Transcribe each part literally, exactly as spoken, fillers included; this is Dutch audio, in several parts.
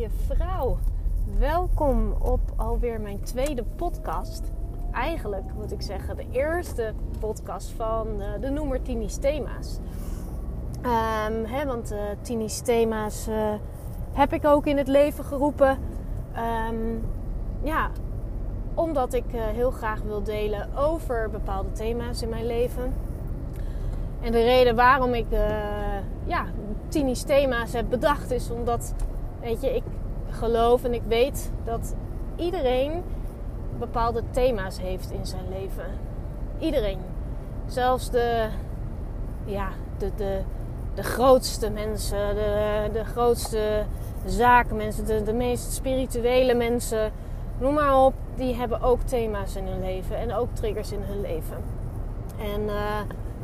je vrouw. Welkom op alweer mijn tweede podcast. Eigenlijk moet ik zeggen de eerste podcast van uh, de Noemer Tini's Thema's. Um, hè, want uh, Tini's Thema's uh, heb ik ook in het leven geroepen. Um, ja, omdat ik uh, heel graag wil delen over bepaalde thema's in mijn leven. En de reden waarom ik uh, ja, Tini's Thema's heb bedacht is omdat, weet je, ik geloof en ik weet dat iedereen bepaalde thema's heeft in zijn leven. Iedereen. Zelfs de, ja, de, de, de grootste mensen, de, de grootste zakenmensen, de, de meest spirituele mensen, noem maar op, die hebben ook thema's in hun leven en ook triggers in hun leven. En uh,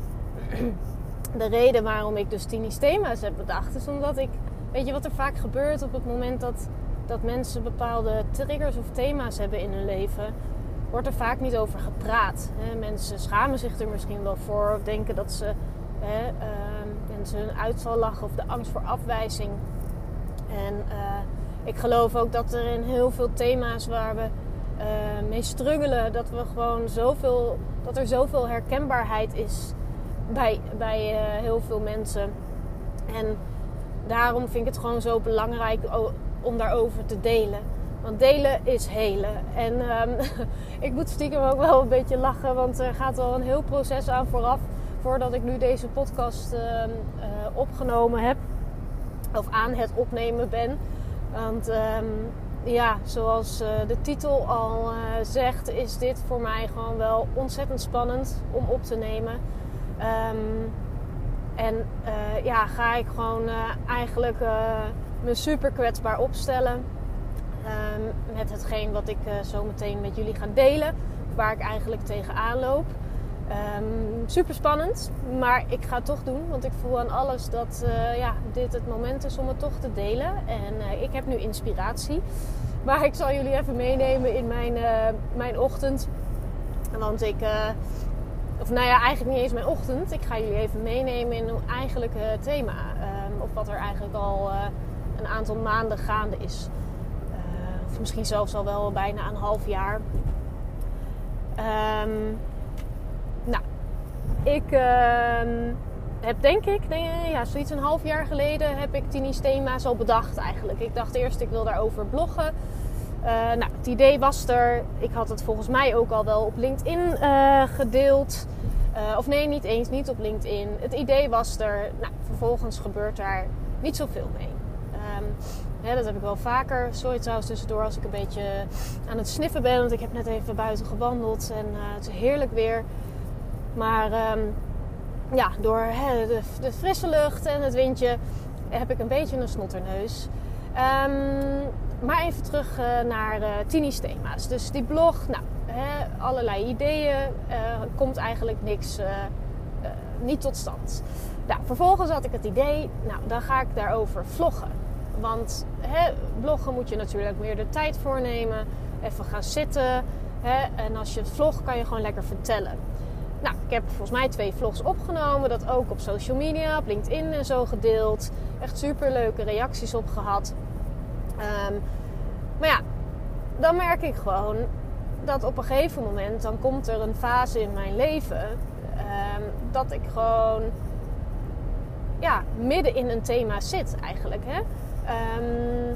de reden waarom ik dus Tini's Thema's heb bedacht is omdat ik, weet je wat er vaak gebeurt op het moment dat, dat mensen bepaalde triggers of thema's hebben in hun leven, wordt er vaak niet over gepraat. Hè? Mensen schamen zich er misschien wel voor of denken dat ze hè, uh, mensen hun uit zal lachen of de angst voor afwijzing. En uh, ik geloof ook dat er in heel veel thema's waar we uh, mee struggelen, dat we gewoon zoveel, dat er zoveel herkenbaarheid is bij, bij uh, heel veel mensen. En daarom vind ik het gewoon zo belangrijk om daarover te delen. Want delen is helen. En um, ik moet stiekem ook wel een beetje lachen, want er gaat al een heel proces aan vooraf voordat ik nu deze podcast uh, uh, opgenomen heb. Of aan het opnemen ben. Want um, ja, zoals uh, de titel al uh, zegt, is dit voor mij gewoon wel ontzettend spannend om op te nemen. Um, en uh, ja, ga ik gewoon uh, eigenlijk uh, me super kwetsbaar opstellen. Um, met hetgeen wat ik uh, zo meteen met jullie ga delen. Waar ik eigenlijk tegenaan loop. Um, super spannend, maar ik ga het toch doen. Want ik voel aan alles dat uh, ja, dit het moment is om het toch te delen. En uh, ik heb nu inspiratie. Maar ik zal jullie even meenemen in mijn, uh, mijn ochtend. Want ik... Uh, Of nou ja, eigenlijk niet eens mijn ochtend. Ik ga jullie even meenemen in een eigenlijk uh, thema. Um, of wat er eigenlijk al uh, een aantal maanden gaande is. Uh, of misschien zelfs al wel bijna een half jaar. Um, nou, ik uh, heb denk ik, denk, ja, zoiets een half jaar geleden heb ik Tini's Thema's al bedacht eigenlijk. Ik dacht eerst, ik wil daarover bloggen. Uh, nou, het idee was er. Ik had het volgens mij ook al wel op LinkedIn uh, gedeeld. Uh, of nee, niet eens, niet op LinkedIn. Het idee was er. Nou, vervolgens gebeurt daar niet zoveel mee. Um, ja, dat heb ik wel vaker. Sorry trouwens tussendoor als ik een beetje aan het sniffen ben. Want ik heb net even buiten gewandeld. En uh, het is heerlijk weer. Maar um, ja, door hè, de, de frisse lucht en het windje heb ik een beetje een snotterneus. Um, Maar even terug uh, naar uh, Tini's Thema's. Dus die blog, nou, hè, allerlei ideeën. Uh, komt eigenlijk niks, uh, uh, niet tot stand. Nou, vervolgens had ik het idee, nou, dan ga ik daarover vloggen. Want hè, bloggen moet je natuurlijk meer de tijd voor nemen. Even gaan zitten. Hè, en als je vlog kan je gewoon lekker vertellen. Nou, ik heb volgens mij twee vlogs opgenomen. Dat ook op social media, op LinkedIn en zo gedeeld. Echt super leuke reacties op gehad. Um, maar ja, dan merk ik gewoon dat op een gegeven moment dan komt er een fase in mijn leven um, dat ik gewoon ja, midden in een thema zit eigenlijk. Hè? Um,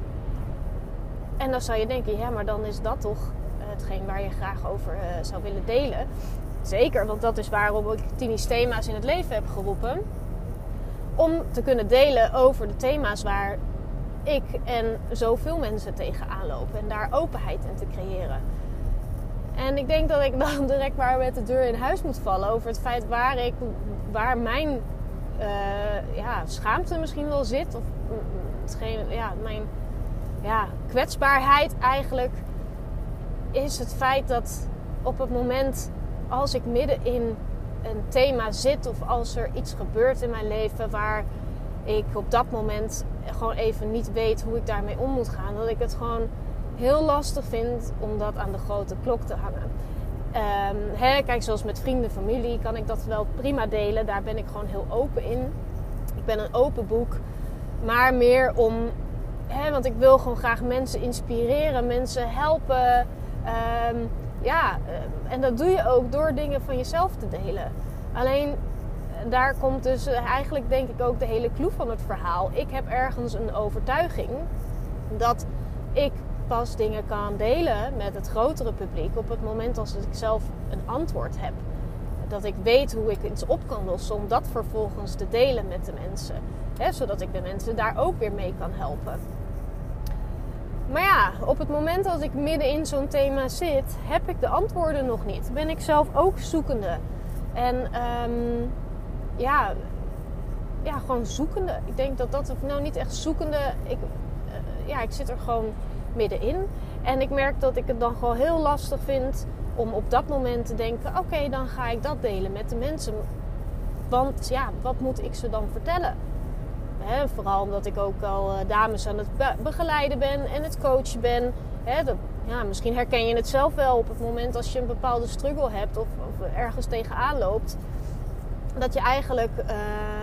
en dan zou je denken, ja, maar dan is dat toch hetgeen waar je graag over uh, zou willen delen. Zeker, want dat is waarom ik Tini's Thema's in het leven heb geroepen. Om te kunnen delen over de thema's waar ik en zoveel mensen tegenaan lopen. En daar openheid in te creëren. En ik denk dat ik dan direct maar met de deur in huis moet vallen. Over het feit waar, ik, waar mijn uh, ja, schaamte misschien wel zit. Of hetgeen, ja, mijn ja, kwetsbaarheid eigenlijk. Is het feit dat op het moment als ik midden in een thema zit. Of als er iets gebeurt in mijn leven waar ik op dat moment gewoon even niet weet hoe ik daarmee om moet gaan. Dat ik het gewoon heel lastig vind om dat aan de grote klok te hangen. Um, hè, kijk, zoals met vrienden, familie kan ik dat wel prima delen. Daar ben ik gewoon heel open in. Ik ben een open boek. Maar meer om hè, want ik wil gewoon graag mensen inspireren, mensen helpen. Um, ja, uh, en dat doe je ook door dingen van jezelf te delen. Alleen, daar komt dus eigenlijk denk ik ook de hele clue van het verhaal. Ik heb ergens een overtuiging dat ik pas dingen kan delen met het grotere publiek op het moment als ik zelf een antwoord heb. Dat ik weet hoe ik iets op kan lossen om dat vervolgens te delen met de mensen. Hè, zodat ik de mensen daar ook weer mee kan helpen. Maar ja, op het moment dat ik midden in zo'n thema zit, heb ik de antwoorden nog niet. Ben ik zelf ook zoekende. En um, ja, ja, gewoon zoekende. Ik denk dat dat, of nou niet echt zoekende, ik, uh, ja, ik zit er gewoon middenin. En ik merk dat ik het dan gewoon heel lastig vind om op dat moment te denken, oké, okay, dan ga ik dat delen met de mensen. Want ja, wat moet ik ze dan vertellen? He, vooral omdat ik ook al uh, dames aan het be- begeleiden ben en het coachen ben. He, dat, ja, misschien herken je het zelf wel op het moment als je een bepaalde struggle hebt of, of ergens tegenaan loopt. Dat je eigenlijk uh,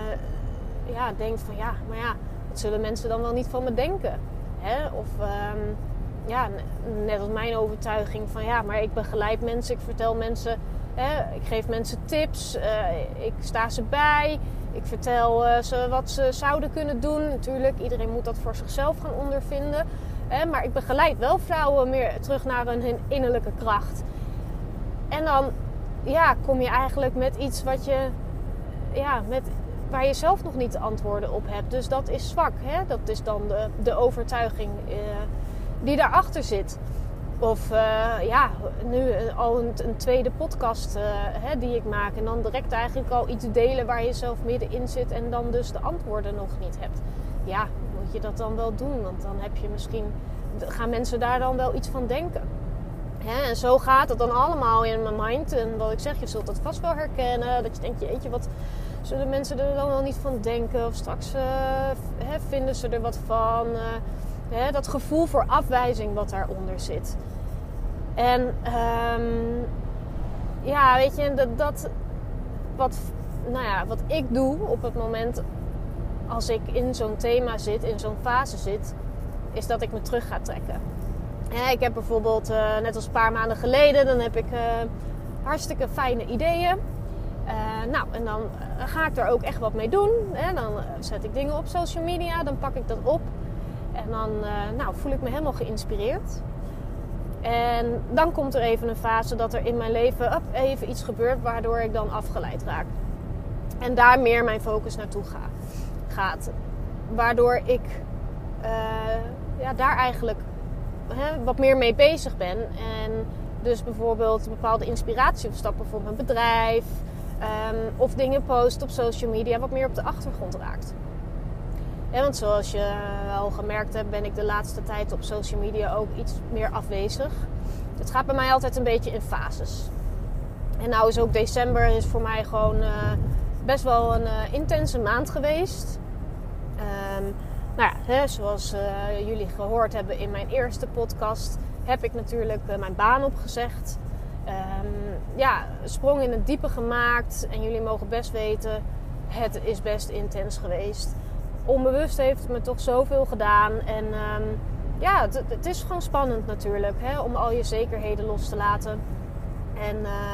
ja, denkt van ja, maar ja, wat zullen mensen dan wel niet van me denken? He, of um, ja, net als mijn overtuiging van ja, maar ik begeleid mensen, ik vertel mensen, he, ik geef mensen tips, uh, ik sta ze bij. Ik vertel uh, ze wat ze zouden kunnen doen. Natuurlijk, iedereen moet dat voor zichzelf gaan ondervinden. Hè? Maar ik begeleid wel vrouwen meer terug naar hun, hun innerlijke kracht. En dan ja, kom je eigenlijk met iets wat je, ja, met, waar je zelf nog niet de antwoorden op hebt. Dus dat is zwak. Hè? Dat is dan de, de overtuiging uh, die daarachter zit. Of uh, ja, nu al een, een tweede podcast uh, hè, die ik maak. En dan direct eigenlijk al iets delen waar je zelf middenin zit. En dan dus de antwoorden nog niet hebt. Ja, moet je dat dan wel doen. Want dan heb je misschien, gaan mensen daar dan wel iets van denken. Hè? En zo gaat het dan allemaal in mijn mind. En wat ik zeg, je zult dat vast wel herkennen. Dat je denkt, jeetje, wat zullen mensen er dan wel niet van denken? Of straks uh, hè, vinden ze er wat van... Uh, He, dat gevoel voor afwijzing wat daaronder zit. En um, ja, weet je, dat, dat wat, nou ja, wat ik doe op het moment als ik in zo'n thema zit, in zo'n fase zit, is dat ik me terug ga trekken. He, ik heb bijvoorbeeld, uh, net als een paar maanden geleden, dan heb ik uh, hartstikke fijne ideeën. Uh, nou, en dan uh, ga ik er ook echt wat mee doen. He, dan uh, zet ik dingen op social media, dan pak ik dat op. En dan uh, nou, voel ik me helemaal geïnspireerd. En dan komt er even een fase dat er in mijn leven up, even iets gebeurt waardoor ik dan afgeleid raak. En daar meer mijn focus naartoe ga, gaat. Waardoor ik uh, ja, daar eigenlijk hè, wat meer mee bezig ben. En dus bijvoorbeeld bepaalde inspiratie opstappen voor mijn bedrijf. Um, of dingen post op social media wat meer op de achtergrond raakt. Ja, want zoals je al gemerkt hebt, ben ik de laatste tijd op social media ook iets meer afwezig. Het gaat bij mij altijd een beetje in fases. En nou is ook december is voor mij gewoon uh, best wel een uh, intense maand geweest. Um, nou ja, hè, zoals uh, jullie gehoord hebben in mijn eerste podcast, heb ik natuurlijk uh, mijn baan opgezegd. Um, ja, een sprong in het diepe gemaakt. En jullie mogen best weten, het is best intens geweest. Onbewust heeft het me toch zoveel gedaan. En um, ja, het, het is gewoon spannend natuurlijk. Hè, om al je zekerheden los te laten. En uh,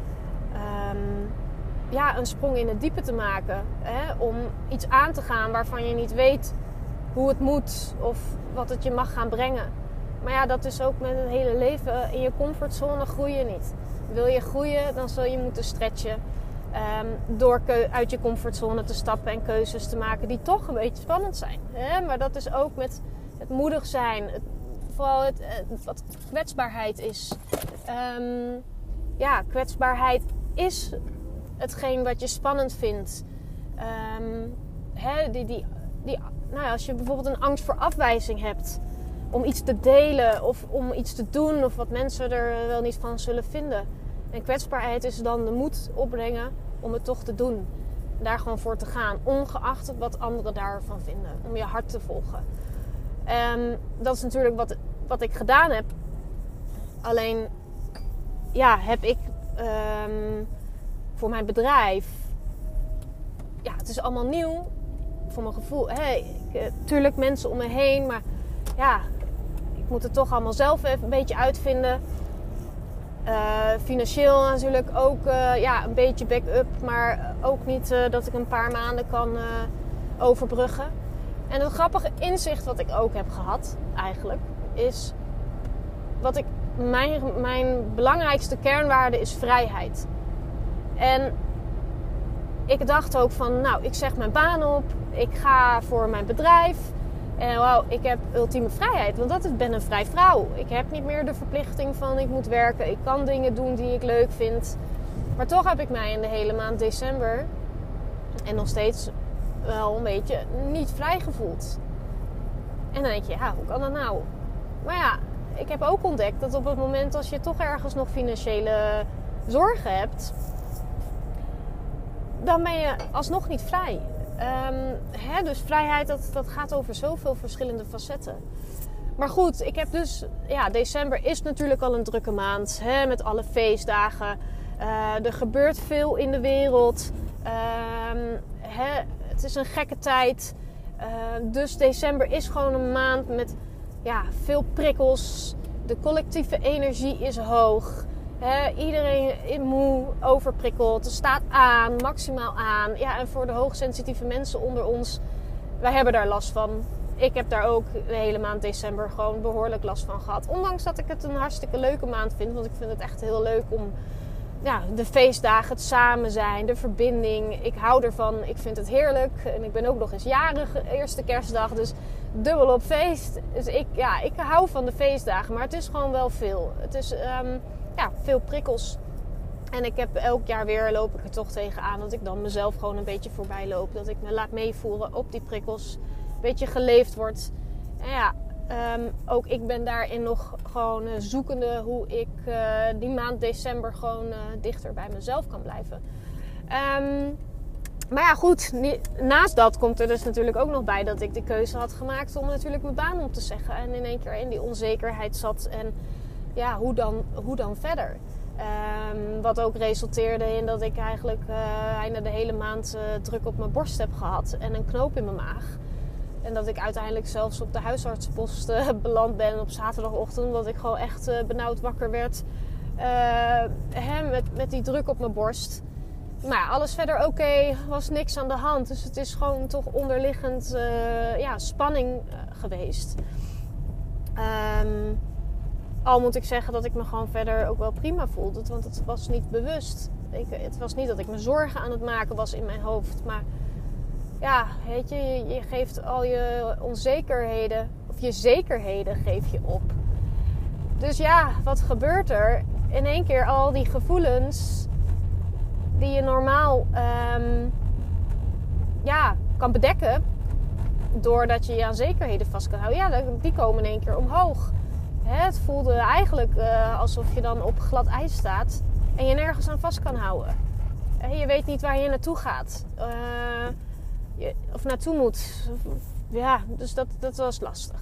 um, ja, een sprong in het diepe te maken. Hè, om iets aan te gaan waarvan je niet weet hoe het moet. Of wat het je mag gaan brengen. Maar ja, dat is ook met het hele leven. In je comfortzone groei je niet. Wil je groeien, dan zul je moeten stretchen. Um, door keu- uit je comfortzone te stappen en keuzes te maken die toch een beetje spannend zijn. Hè? Maar dat is ook met het moedig zijn. Het, vooral het, het, wat kwetsbaarheid is. Um, ja, kwetsbaarheid is hetgeen wat je spannend vindt. Um, hè? Die, die, die, nou ja, als je bijvoorbeeld een angst voor afwijzing hebt. Om iets te delen of om iets te doen. Of wat mensen er wel niet van zullen vinden. En kwetsbaarheid is dan de moed opbrengen om het toch te doen. Daar gewoon voor te gaan. Ongeacht wat anderen daarvan vinden. Om je hart te volgen. Um, dat is natuurlijk wat, wat ik gedaan heb. Alleen, ja, heb ik um, voor mijn bedrijf... Ja, het is allemaal nieuw. Voor mijn gevoel. Hey, ik, uh, tuurlijk mensen om me heen. Maar ja, ik moet het toch allemaal zelf even een beetje uitvinden. Uh, financieel natuurlijk ook uh, ja, een beetje back-up. Maar ook niet uh, dat ik een paar maanden kan uh, overbruggen. En het grappige inzicht wat ik ook heb gehad eigenlijk is... Wat ik, mijn, mijn belangrijkste kernwaarde is vrijheid. En ik dacht ook van, nou, ik zeg mijn baan op. Ik ga voor mijn bedrijf. En wauw, ik heb ultieme vrijheid. Want dat is, ben een vrij vrouw. Ik heb niet meer de verplichting van ik moet werken. Ik kan dingen doen die ik leuk vind. Maar toch heb ik mij in de hele maand december... en nog steeds wel een beetje niet vrij gevoeld. En dan denk je, ja, hoe kan dat nou? Maar ja, ik heb ook ontdekt dat op het moment als je toch ergens nog financiële zorgen hebt... dan ben je alsnog niet vrij. Um, hè, dus vrijheid, dat, dat gaat over zoveel verschillende facetten. Maar goed, ik heb dus... Ja, december is natuurlijk al een drukke maand. Hè, met alle feestdagen. Uh, er gebeurt veel in de wereld. Um, hè, het is een gekke tijd. Uh, dus december is gewoon een maand met ja, veel prikkels. De collectieve energie is hoog. He, iedereen is moe, overprikkeld. Het staat aan, maximaal aan. Ja, en voor de hoogsensitieve mensen onder ons, wij hebben daar last van. Ik heb daar ook de hele maand december gewoon behoorlijk last van gehad. Ondanks dat ik het een hartstikke leuke maand vind. Want ik vind het echt heel leuk om ja, de feestdagen, het samen zijn, de verbinding. Ik hou ervan, ik vind het heerlijk. En ik ben ook nog eens jarig, eerste kerstdag. Dus dubbel op feest. Dus ik, ja, ik hou van de feestdagen, maar het is gewoon wel veel. Het is... Um, Ja, veel prikkels. En ik heb elk jaar weer loop ik er toch tegenaan dat ik dan mezelf gewoon een beetje voorbij loop. Dat ik me laat meevoeren op die prikkels. Een beetje geleefd wordt. En ja, um, ook ik ben daarin nog gewoon uh, zoekende hoe ik uh, die maand december gewoon uh, dichter bij mezelf kan blijven. Um, maar ja, goed. Naast dat komt er dus natuurlijk ook nog bij dat ik de keuze had gemaakt om natuurlijk mijn baan op te zeggen. En in één keer in die onzekerheid zat en... Ja, hoe dan, hoe dan verder? Um, wat ook resulteerde in dat ik eigenlijk uh, einde de hele maand uh, druk op mijn borst heb gehad. En een knoop in mijn maag. En dat ik uiteindelijk zelfs op de huisartsenpost uh, beland ben op zaterdagochtend. Omdat ik gewoon echt uh, benauwd wakker werd. Uh, hè, met, met die druk op mijn borst. Maar ja, alles verder oké. Okay, was niks aan de hand. Dus het is gewoon toch onderliggend uh, ja, spanning uh, geweest. Um, Al moet ik zeggen dat ik me gewoon verder ook wel prima voelde. Want het was niet bewust. Ik, het was niet dat ik me zorgen aan het maken was in mijn hoofd. Maar ja, weet je, je, je geeft al je onzekerheden, of je zekerheden geef je op. Dus ja, wat gebeurt er? In één keer al die gevoelens die je normaal um, ja, kan bedekken. Doordat je je aan zekerheden vast kan houden. Ja, die komen in één keer omhoog. Het voelde eigenlijk uh, alsof je dan op glad ijs staat en je nergens aan vast kan houden. Je weet niet waar je naartoe gaat. Uh, je, of naartoe moet. Ja, dus dat, dat was lastig.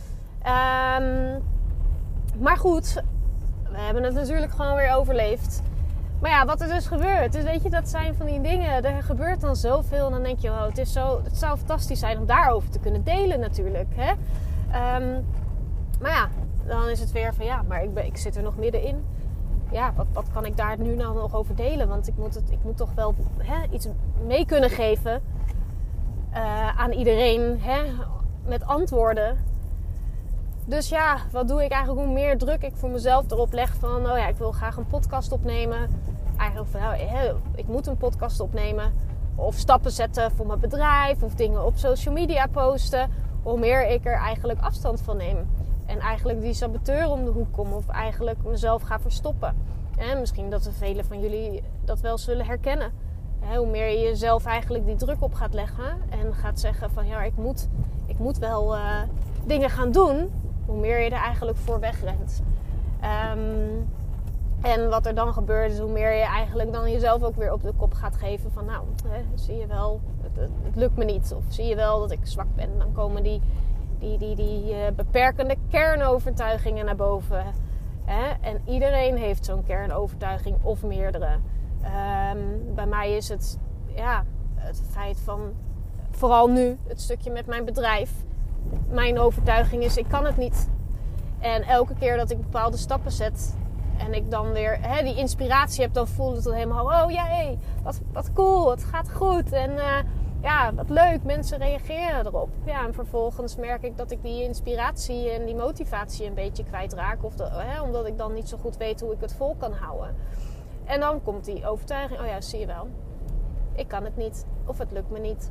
Um, maar goed, we hebben het natuurlijk gewoon weer overleefd. Maar ja, wat er dus gebeurt. Dus weet je, dat zijn van die dingen. Er gebeurt dan zoveel. En dan denk je, oh, het, is zo, het zou fantastisch zijn om daarover te kunnen delen natuurlijk. Hè? Um, maar ja, dan is het weer van ja, maar ik, ben, ik zit er nog middenin. Ja, wat, wat kan ik daar nu nou nog over delen? Want ik moet, het, ik moet toch wel hè, iets mee kunnen geven uh, aan iedereen. Hè, met antwoorden. Dus ja, wat doe ik eigenlijk? Hoe meer druk ik voor mezelf erop leg van... oh ja, ik wil graag een podcast opnemen. Eigenlijk van, nou, hè, ik moet een podcast opnemen. Of stappen zetten voor mijn bedrijf. Of dingen op social media posten. Hoe meer ik er eigenlijk afstand van neem. En eigenlijk die saboteur om de hoek kom. Of eigenlijk mezelf ga verstoppen. En misschien dat er velen van jullie dat wel zullen herkennen. Hè, hoe meer je jezelf eigenlijk die druk op gaat leggen. En gaat zeggen van ja, ik moet, ik moet wel uh, dingen gaan doen. Hoe meer je er eigenlijk voor wegrent. Um, en wat er dan gebeurt is hoe meer je eigenlijk dan jezelf ook weer op de kop gaat geven. Van nou, hè, zie je wel, het, het, het lukt me niet. Of zie je wel dat ik zwak ben. Dan komen die, die, die, die uh, beperkende kernovertuigingen naar boven. Hè? En iedereen heeft zo'n kernovertuiging of meerdere. Um, bij mij is het ja, het feit van, vooral nu, het stukje met mijn bedrijf. mijn overtuiging is, ik kan het niet. En elke keer dat ik bepaalde stappen zet en ik dan weer hè, die inspiratie heb, dan voelt het dan helemaal, oh ja, hey, wat, wat cool, het gaat goed. En uh, ja, wat leuk, mensen reageren erop. Ja, en vervolgens merk ik dat ik die inspiratie en die motivatie een beetje kwijtraak. Of de, hè, omdat ik dan niet zo goed weet hoe ik het vol kan houden. En dan komt die overtuiging, oh ja, zie je wel. Ik kan het niet. Of het lukt me niet.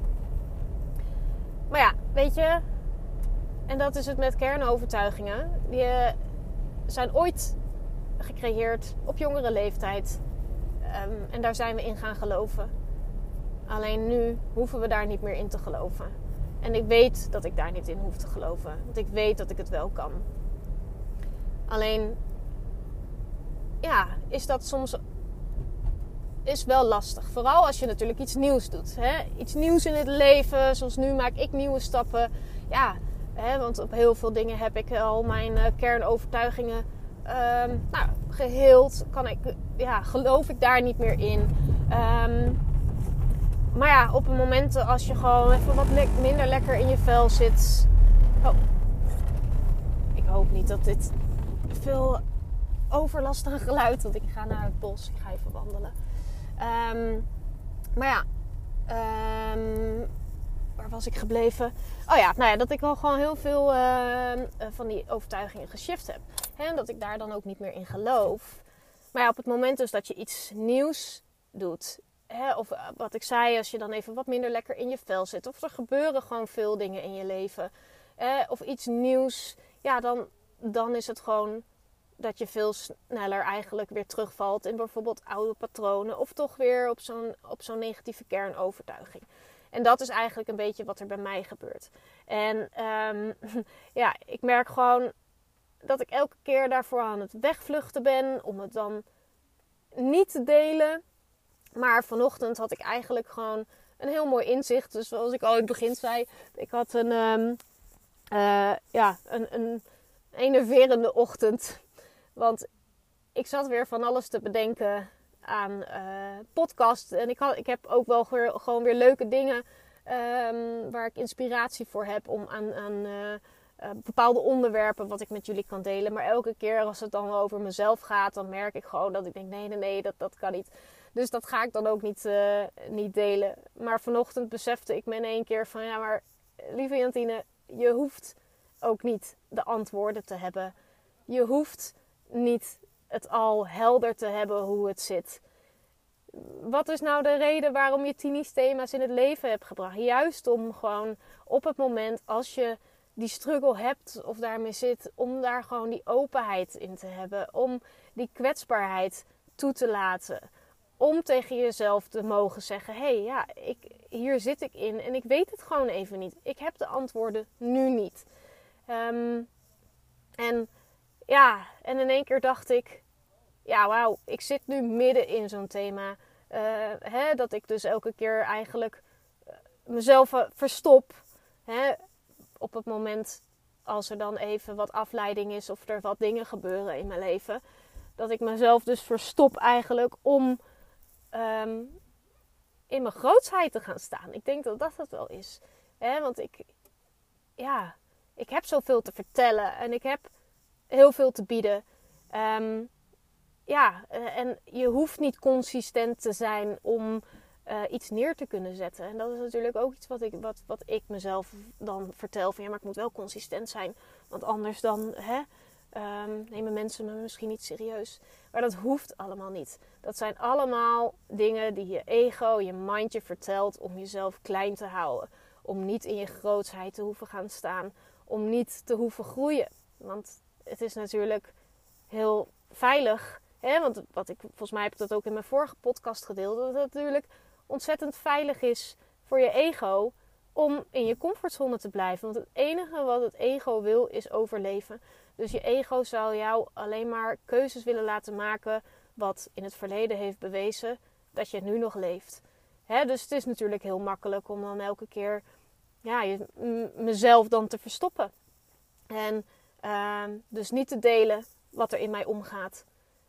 Maar ja, weet je. En dat is het met kernovertuigingen. Die uh, zijn ooit gecreëerd op jongere leeftijd. Um, en daar zijn we in gaan geloven. Alleen nu hoeven we daar niet meer in te geloven. En ik weet dat ik daar niet in hoef te geloven. Want ik weet dat ik het wel kan. Alleen, ja, is dat soms is wel lastig. Vooral als je natuurlijk iets nieuws doet. Hè? Iets nieuws in het leven. Zoals nu maak ik nieuwe stappen. Ja, hè, want op heel veel dingen heb ik al mijn uh, kernovertuigingen um, nou, geheeld. Kan ik, ja, geloof ik daar niet meer in. Um, maar ja, op een moment als je gewoon even wat le- minder lekker in je vel zit. Oh. Ik hoop niet dat dit veel overlastig geluid. Want ik ga naar het bos. Ik ga even wandelen. Um, maar ja, um, waar was ik gebleven? Oh ja, nou ja, dat ik al gewoon heel veel uh, van die overtuigingen geshift heb. Hè, en dat ik daar dan ook niet meer in geloof. Maar ja, op het moment dus dat je iets nieuws doet. Hè, of uh, wat ik zei, als je dan even wat minder lekker in je vel zit. Of er gebeuren gewoon veel dingen in je leven. Eh, of iets nieuws. Ja, dan, dan is het gewoon dat je veel sneller eigenlijk weer terugvalt in bijvoorbeeld oude patronen. Of toch weer op zo'n, op zo'n negatieve kernovertuiging. En dat is eigenlijk een beetje wat er bij mij gebeurt. En um, ja, ik merk gewoon dat ik elke keer daarvoor aan het wegvluchten ben. Om het dan niet te delen. Maar vanochtend had ik eigenlijk gewoon een heel mooi inzicht. Dus zoals ik al in het begin zei. Ik had een, um, uh, ja, een, een enerverende ochtend. Want ik zat weer van alles te bedenken aan uh, podcast. En ik, had, ik heb ook wel weer, gewoon weer leuke dingen um, waar ik inspiratie voor heb om aan, aan uh, uh, bepaalde onderwerpen wat ik met jullie kan delen. Maar elke keer als het dan over mezelf gaat, dan merk ik gewoon dat ik denk nee, nee, nee, dat, dat kan niet. Dus dat ga ik dan ook niet, uh, niet delen. Maar vanochtend besefte ik me in één keer van ja, maar lieve Jantine, je hoeft ook niet de antwoorden te hebben. Je hoeft niet het al helder te hebben hoe het zit. Wat is nou de reden waarom je Tini's thema's in het leven hebt gebracht? Juist om gewoon op het moment als je die struggle hebt of daarmee zit, om daar gewoon die openheid in te hebben. Om die kwetsbaarheid toe te laten. Om tegen jezelf te mogen zeggen, hé hey, ja, ik, hier zit ik in en ik weet het gewoon even niet. Ik heb de antwoorden nu niet. Um, en ja, en in één keer dacht ik, ja wauw, ik zit nu midden in zo'n thema. Uh, hè, dat ik dus elke keer eigenlijk mezelf verstop. Hè, op het moment als er dan even wat afleiding is of er wat dingen gebeuren in mijn leven. Dat ik mezelf dus verstop eigenlijk om um, in mijn grootsheid te gaan staan. Ik denk dat dat het wel is. Hè, want ik, ja, ik heb zoveel te vertellen en ik heb heel veel te bieden. Um, ja, en je hoeft niet consistent te zijn om uh, iets neer te kunnen zetten. En dat is natuurlijk ook iets wat ik, wat, wat ik mezelf dan vertel. Van ja, maar ik moet wel consistent zijn. Want anders dan hè, um, nemen mensen me misschien niet serieus. Maar dat hoeft allemaal niet. Dat zijn allemaal dingen die je ego, je mind je vertelt om jezelf klein te houden. Om niet in je grootsheid te hoeven gaan staan. Om niet te hoeven groeien. Want het is natuurlijk heel veilig. Hè? Want wat ik, volgens mij heb ik dat ook in mijn vorige podcast gedeeld. Dat het natuurlijk ontzettend veilig is voor je ego om in je comfortzone te blijven. Want het enige wat het ego wil is overleven. Dus je ego zal jou alleen maar keuzes willen laten maken wat in het verleden heeft bewezen dat je nu nog leeft. Hè? Dus het is natuurlijk heel makkelijk om dan elke keer ja, je, m- mezelf dan te verstoppen. En uh, dus niet te delen wat er in mij omgaat.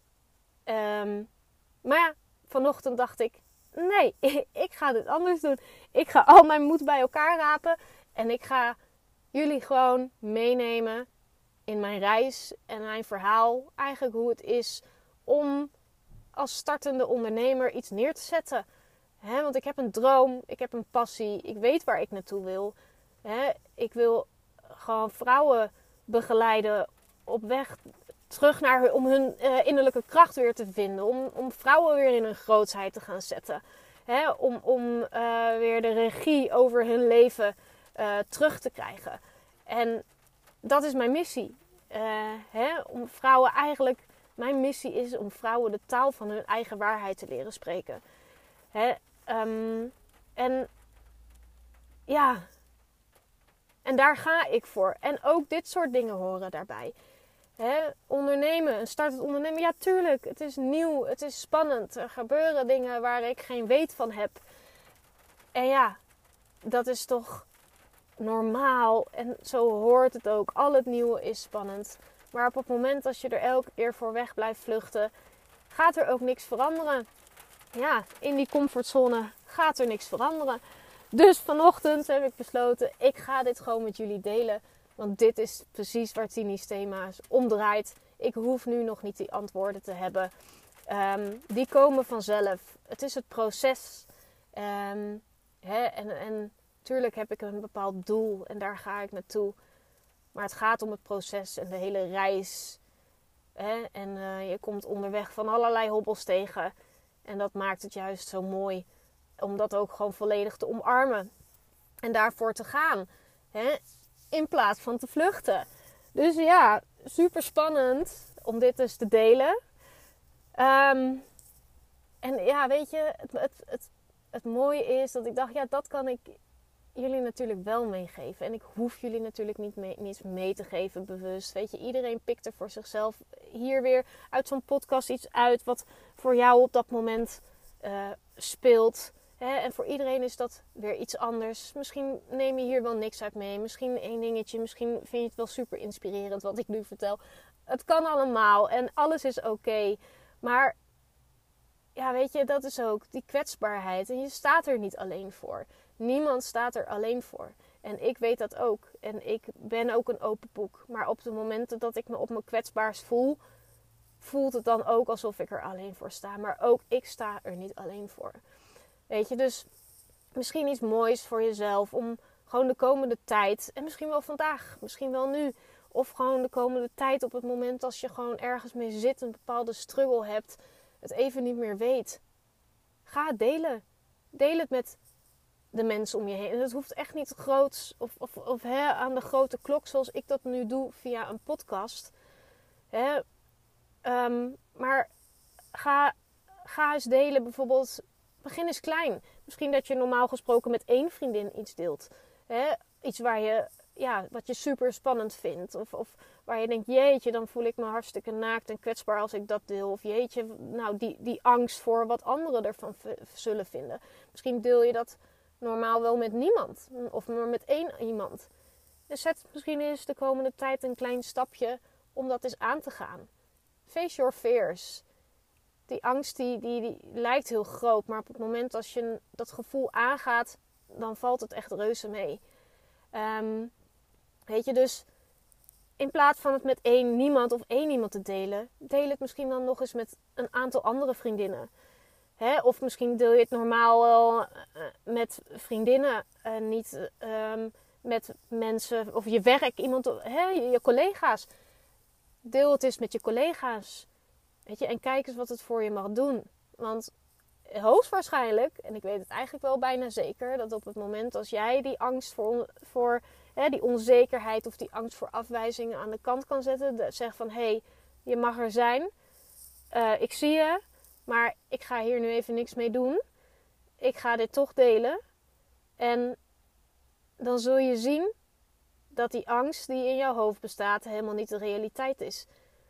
Um, maar ja, vanochtend dacht ik, nee, ik ga dit anders doen. Ik ga al mijn moed bij elkaar rapen. En ik ga jullie gewoon meenemen in mijn reis en mijn verhaal. Eigenlijk hoe het is om als startende ondernemer iets neer te zetten. He, want ik heb een droom, ik heb een passie, ik weet waar ik naartoe wil. He, ik wil gewoon vrouwen begeleiden op weg terug naar om hun uh, innerlijke kracht weer te vinden. Om, om vrouwen weer in hun grootsheid te gaan zetten. He, om om uh, weer de regie over hun leven uh, terug te krijgen. En dat is mijn missie. Uh, he, om vrouwen eigenlijk, mijn missie is om vrouwen de taal van hun eigen waarheid te leren spreken. He, um, en ja, en daar ga ik voor. En ook dit soort dingen horen daarbij. He, ondernemen, een startend ondernemen. Ja, tuurlijk, het is nieuw, het is spannend. Er gebeuren dingen waar ik geen weet van heb. En ja, dat is toch normaal. En zo hoort het ook. Al het nieuwe is spannend. Maar op het moment dat je er elke keer voor weg blijft vluchten, gaat er ook niks veranderen. Ja, in die comfortzone gaat er niks veranderen. Dus vanochtend heb ik besloten, ik ga dit gewoon met jullie delen. Want dit is precies waar Tini's thema's om draait. Ik hoef nu nog niet die antwoorden te hebben. Um, die komen vanzelf. Het is het proces. Um, hè, en, en tuurlijk heb ik een bepaald doel en daar ga ik naartoe. Maar het gaat om het proces en de hele reis. Hè? En uh, je komt onderweg van allerlei hobbels tegen. En dat maakt het juist zo mooi. Om dat ook gewoon volledig te omarmen. En daarvoor te gaan. Hè? In plaats van te vluchten. Dus ja, super spannend om dit dus te delen. Um, en ja, weet je, het, het, het, het mooie is dat ik dacht, ja, dat kan ik jullie natuurlijk wel meegeven. En ik hoef jullie natuurlijk niet mee, niet mee te geven bewust. Weet je, iedereen pikt er voor zichzelf hier weer uit zo'n podcast iets uit wat voor jou op dat moment uh, speelt. Hè? En voor iedereen is dat weer iets anders. Misschien neem je hier wel niks uit mee. Misschien één dingetje. Misschien vind je het wel super inspirerend wat ik nu vertel. Het kan allemaal en alles is oké. Okay. Maar ja, weet je, dat is ook die kwetsbaarheid. En je staat er niet alleen voor. Niemand staat er alleen voor. En ik weet dat ook. En ik ben ook een open boek. Maar op de momenten dat ik me op mijn kwetsbaarst voel, voelt het dan ook alsof ik er alleen voor sta. Maar ook ik sta er niet alleen voor. Weet je, dus misschien iets moois voor jezelf om gewoon de komende tijd, en misschien wel vandaag, misschien wel nu, of gewoon de komende tijd op het moment als je gewoon ergens mee zit, een bepaalde struggle hebt, het even niet meer weet. Ga het delen. Deel het met de mensen om je heen. En het hoeft echt niet groots of, of, of hè, aan de grote klok zoals ik dat nu doe via een podcast. Hè. Um, maar ga, ga eens delen bijvoorbeeld. Begin eens klein. Misschien dat je normaal gesproken met één vriendin iets deelt. Hè. Iets waar je, ja, wat je super spannend vindt. Of, of waar je denkt, jeetje, dan voel ik me hartstikke naakt en kwetsbaar als ik dat deel. Of jeetje, nou die, die angst voor wat anderen ervan v- zullen vinden. Misschien deel je dat normaal wel met niemand. Of maar met één iemand. En zet misschien eens de komende tijd een klein stapje om dat eens aan te gaan. Face your fears. Die angst die, die, die lijkt heel groot. Maar op het moment als je dat gevoel aangaat, dan valt het echt reuze mee. Um, weet je, dus in plaats van het met één niemand of één iemand te delen, deel het misschien dan nog eens met een aantal andere vriendinnen. Hè? Of misschien deel je het normaal wel uh, met vriendinnen en niet um, met mensen of je werk, iemand, hè? Je, je collega's. Deel het eens met je collega's. Weet je? En kijk eens wat het voor je mag doen. Want hoogstwaarschijnlijk, en ik weet het eigenlijk wel bijna zeker, dat op het moment als jij die angst voor, voor hè, die onzekerheid of die angst voor afwijzingen aan de kant kan zetten, de, zeg van hé, hey, je mag er zijn, uh, ik zie je, maar ik ga hier nu even niks mee doen. Ik ga dit toch delen. En dan zul je zien dat die angst die in jouw hoofd bestaat helemaal niet de realiteit is.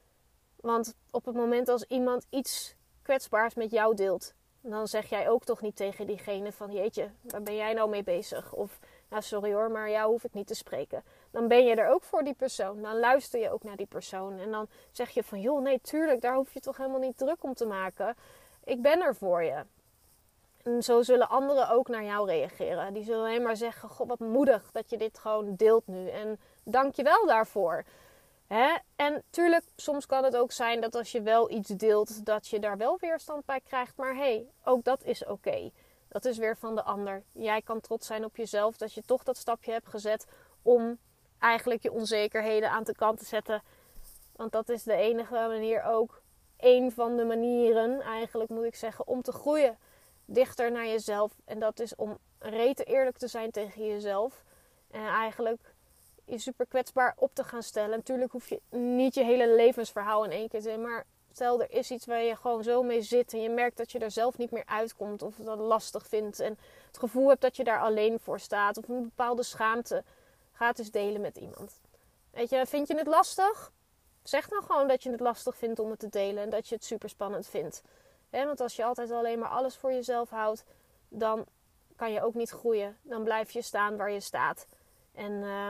Want op het moment als iemand iets kwetsbaars met jou deelt, dan zeg jij ook toch niet tegen diegene van jeetje, waar ben jij nou mee bezig? Of nou sorry hoor, maar jou hoef ik niet te spreken. Dan ben je er ook voor die persoon. Dan luister je ook naar die persoon. En dan zeg je van joh, nee tuurlijk, daar hoef je toch helemaal niet druk om te maken. Ik ben er voor je. En zo zullen anderen ook naar jou reageren. Die zullen alleen maar zeggen, god wat moedig dat je dit gewoon deelt nu. En dank je wel daarvoor. Hè? En tuurlijk, soms kan het ook zijn dat als je wel iets deelt, dat je daar wel weerstand bij krijgt. Maar hé, hey, ook dat is oké. Okay. Dat is weer van de ander. Jij kan trots zijn op jezelf dat je toch dat stapje hebt gezet om eigenlijk je onzekerheden aan de kant te zetten. Want dat is de enige manier ook, één van de manieren eigenlijk moet ik zeggen, om te groeien. Dichter naar jezelf. En dat is om rete eerlijk te zijn tegen jezelf. En eigenlijk je super kwetsbaar op te gaan stellen. Natuurlijk hoef je niet je hele levensverhaal in één keer te doen. Maar stel er is iets waar je gewoon zo mee zit. En je merkt dat je er zelf niet meer uitkomt. Of dat lastig vindt. En het gevoel hebt dat je daar alleen voor staat. Of een bepaalde schaamte. Ga het eens delen met iemand. Weet je, vind je het lastig? Zeg dan gewoon dat je het lastig vindt om het te delen. En dat je het super spannend vindt. He, want als je altijd alleen maar alles voor jezelf houdt, dan kan je ook niet groeien. Dan blijf je staan waar je staat. En uh,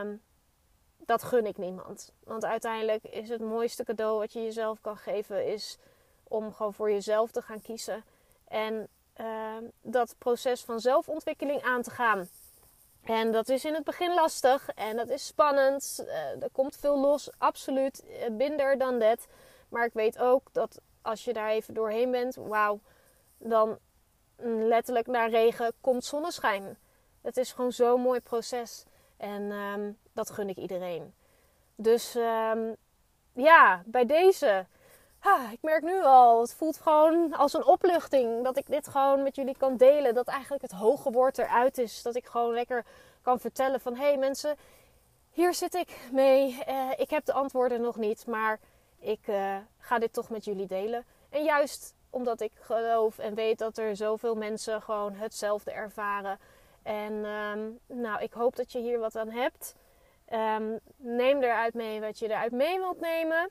dat gun ik niemand. Want uiteindelijk is het mooiste cadeau wat je jezelf kan geven, is om gewoon voor jezelf te gaan kiezen. En uh, dat proces van zelfontwikkeling aan te gaan. En dat is in het begin lastig en dat is spannend. Uh, er komt veel los, absoluut. Uh, binder dan dat. Maar ik weet ook dat als je daar even doorheen bent, wauw, dan letterlijk na regen komt zonneschijn. Het is gewoon zo'n mooi proces. En um, dat gun ik iedereen. Dus um, ja, bij deze. Ah, ik merk nu al, het voelt gewoon als een opluchting. Dat ik dit gewoon met jullie kan delen. Dat eigenlijk het hoge woord eruit is. Dat ik gewoon lekker kan vertellen van, hé hey mensen, hier zit ik mee. Uh, ik heb de antwoorden nog niet, maar ik uh, ga dit toch met jullie delen. En juist omdat ik geloof en weet dat er zoveel mensen gewoon hetzelfde ervaren. En um, nou, ik hoop dat je hier wat aan hebt. Um, neem eruit mee wat je eruit mee wilt nemen.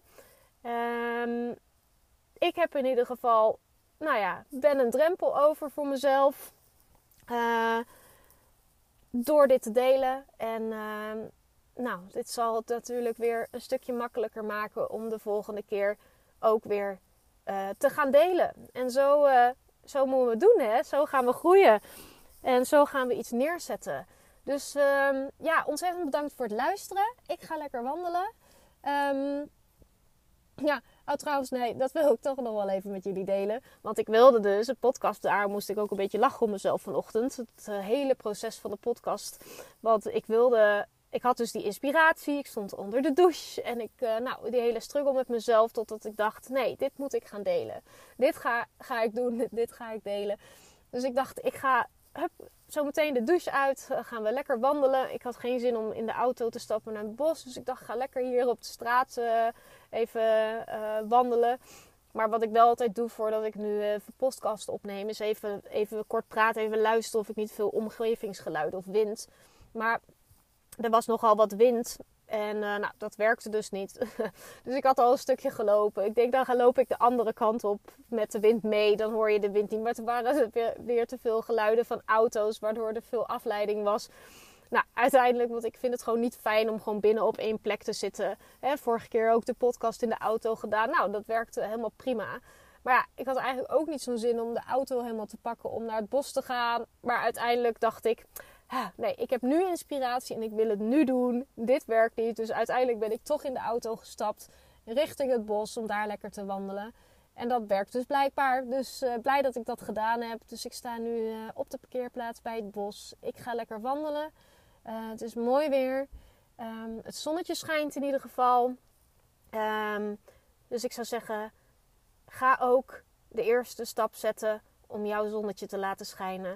Um, ik heb in ieder geval, nou ja, ben een drempel over voor mezelf. Uh, door dit te delen. En uh, nou, dit zal het natuurlijk weer een stukje makkelijker maken om de volgende keer ook weer uh, te gaan delen. En zo, uh, zo moeten we het doen, hè. Zo gaan we groeien. En zo gaan we iets neerzetten. Dus um, ja, ontzettend bedankt voor het luisteren. Ik ga lekker wandelen. Um, ja, oh, trouwens, nee, dat wil ik toch nog wel even met jullie delen. Want ik wilde dus, het podcast, daar moest ik ook een beetje lachen om mezelf vanochtend. Het uh, hele proces van de podcast. Want ik wilde, ik had dus die inspiratie. Ik stond onder de douche. En ik, uh, nou, die hele struggle met mezelf. Totdat ik dacht, nee, dit moet ik gaan delen. Dit ga, ga ik doen, dit, dit ga ik delen. Dus ik dacht, ik ga... Hup, zo meteen de douche uit, uh, gaan we lekker wandelen. Ik had geen zin om in de auto te stappen naar het bos. Dus ik dacht, ga lekker hier op de straat uh, even uh, wandelen. Maar wat ik wel altijd doe voordat ik nu uh, even podcast opneem, is even, even kort praten, even luisteren of ik niet veel omgevingsgeluiden of wind. Maar er was nogal wat wind. En uh, nou, dat werkte dus niet. Dus ik had al een stukje gelopen. Ik denk, dan loop ik de andere kant op met de wind mee. Dan hoor je de wind niet. Maar er waren weer, weer te veel geluiden van auto's, waardoor er veel afleiding was. Nou, uiteindelijk, want ik vind het gewoon niet fijn om gewoon binnen op één plek te zitten. Hè, vorige keer ook de podcast in de auto gedaan. Nou, dat werkte helemaal prima. Maar ja, ik had eigenlijk ook niet zo'n zin om de auto helemaal te pakken om naar het bos te gaan. Maar uiteindelijk dacht ik... Nee, ik heb nu inspiratie en ik wil het nu doen. Dit werkt niet. Dus uiteindelijk ben ik toch in de auto gestapt richting het bos om daar lekker te wandelen. En dat werkt dus blijkbaar. Dus uh, blij dat ik dat gedaan heb. Dus ik sta nu uh, op de parkeerplaats bij het bos. Ik ga lekker wandelen. Uh, het is mooi weer. Um, het zonnetje schijnt in ieder geval. Um, dus ik zou zeggen, ga ook de eerste stap zetten om jouw zonnetje te laten schijnen.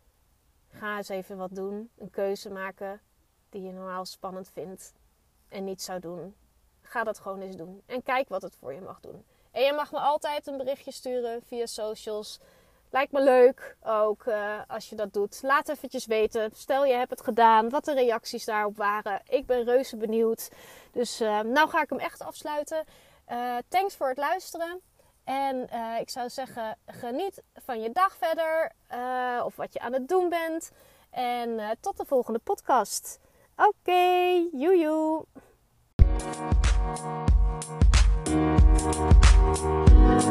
Ga eens even wat doen. Een keuze maken die je normaal spannend vindt en niet zou doen. Ga dat gewoon eens doen. En kijk wat het voor je mag doen. En je mag me altijd een berichtje sturen via socials. Lijkt me leuk ook uh, als je dat doet. Laat eventjes weten. Stel je hebt het gedaan. Wat de reacties daarop waren. Ik ben reuze benieuwd. Dus uh, nou ga ik hem echt afsluiten. Uh, thanks voor het luisteren. En uh, ik zou zeggen, geniet van je dag verder. Uh, of wat je aan het doen bent. En uh, tot de volgende podcast. Oké, okay, joejoe.